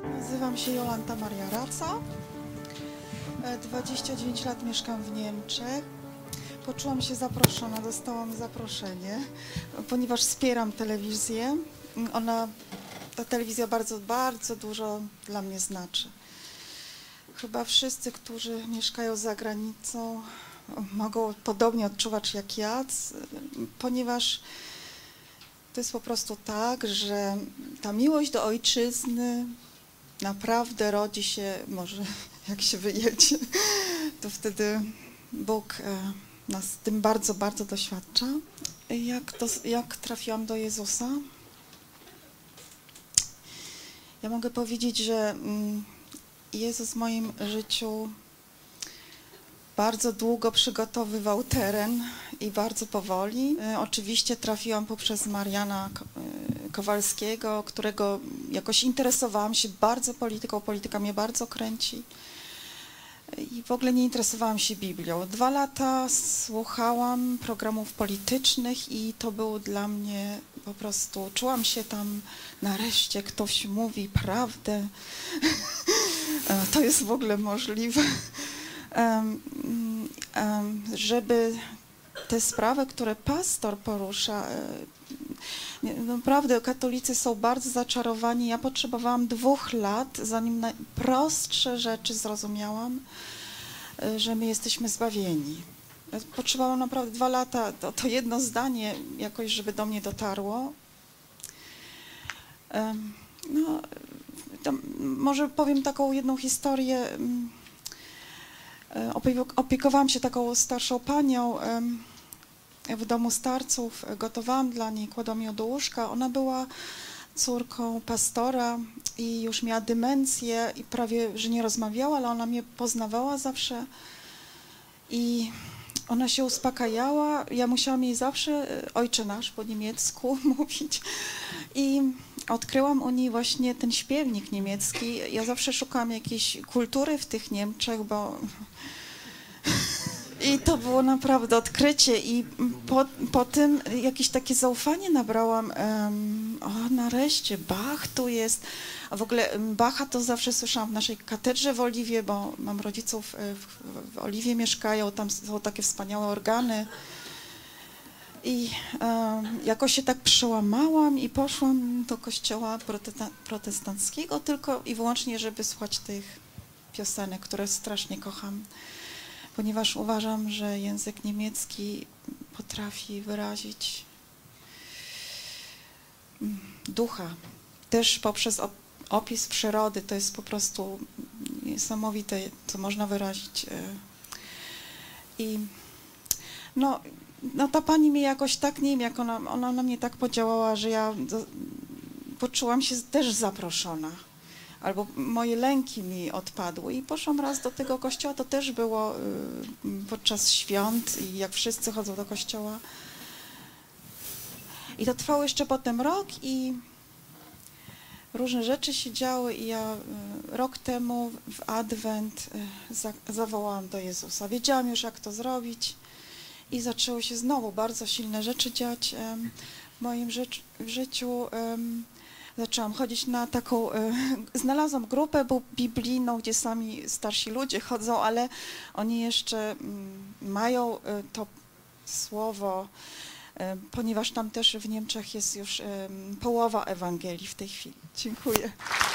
Nazywam się Jolanta Maria Raca. 29 lat mieszkam w Niemczech. Poczułam się zaproszona, dostałam zaproszenie, ponieważ wspieram telewizję. Ta telewizja bardzo dużo dla mnie znaczy. Chyba wszyscy, którzy mieszkają za granicą, mogą podobnie odczuwać jak ja, ponieważ to jest po prostu tak, że ta miłość do ojczyzny naprawdę rodzi się, może jak się wyjedzie, to wtedy Bóg nas tym bardzo doświadcza. Jak trafiłam do Jezusa? Ja mogę powiedzieć, że Jezus w moim życiu bardzo długo przygotowywał teren i bardzo powoli. Oczywiście trafiłam poprzez Mariana Kowalskiego, którego jakoś interesowałam się bardzo polityką. Polityka mnie bardzo kręci. I w ogóle nie interesowałam się Biblią. 2 lata słuchałam programów politycznych i to było dla mnie po prostu, czułam się tam, nareszcie ktoś mówi prawdę. To jest w ogóle możliwe. Żeby te sprawy, które pastor porusza, naprawdę katolicy są bardzo zaczarowani. Ja potrzebowałam 2 lat, zanim najprostsze rzeczy zrozumiałam, że my jesteśmy zbawieni. Potrzebowałam naprawdę 2 lata, to jedno zdanie jakoś, żeby do mnie dotarło. No, może powiem taką jedną historię. Opiekowałam się taką starszą panią w domu starców, gotowałam dla niej, kładłam ją do łóżka. Ona była córką pastora i już miała demencję i prawie, że nie rozmawiała, ale ona mnie poznawała zawsze i ona się uspokajała. Ja musiałam jej zawsze Ojcze Nasz po niemiecku mówić i odkryłam u niej właśnie ten śpiewnik niemiecki. Ja zawsze szukałam jakiejś kultury w tych Niemczech, bo i to było naprawdę odkrycie i po tym jakieś takie zaufanie nabrałam. Nareszcie Bach tu jest. A w ogóle Bacha to zawsze słyszałam w naszej katedrze w Oliwie, bo mam rodziców w Oliwie mieszkają, tam są takie wspaniałe organy. I jakoś się tak przełamałam i poszłam do kościoła protestanckiego tylko i wyłącznie, żeby słuchać tych piosenek, które strasznie kocham. Ponieważ uważam, że język niemiecki potrafi wyrazić ducha. Też poprzez opis przyrody, to jest po prostu niesamowite, co można wyrazić. I no ta pani mnie jakoś tak, nie wiem, jak ona na mnie tak podziałała, że ja poczułam się też zaproszona. Albo moje lęki mi odpadły i poszłam raz do tego kościoła, to też było podczas świąt i jak wszyscy chodzą do kościoła. I to trwało jeszcze potem rok i różne rzeczy się działy i ja rok temu w Adwent zawołałam do Jezusa. Wiedziałam już, jak to zrobić i zaczęły się znowu bardzo silne rzeczy dziać w moim życiu. Zaczęłam chodzić na taką, znalazłam grupę biblijną, gdzie sami starsi ludzie chodzą, ale oni jeszcze mają to słowo, ponieważ tam też w Niemczech jest już połowa Ewangelii w tej chwili. Dziękuję.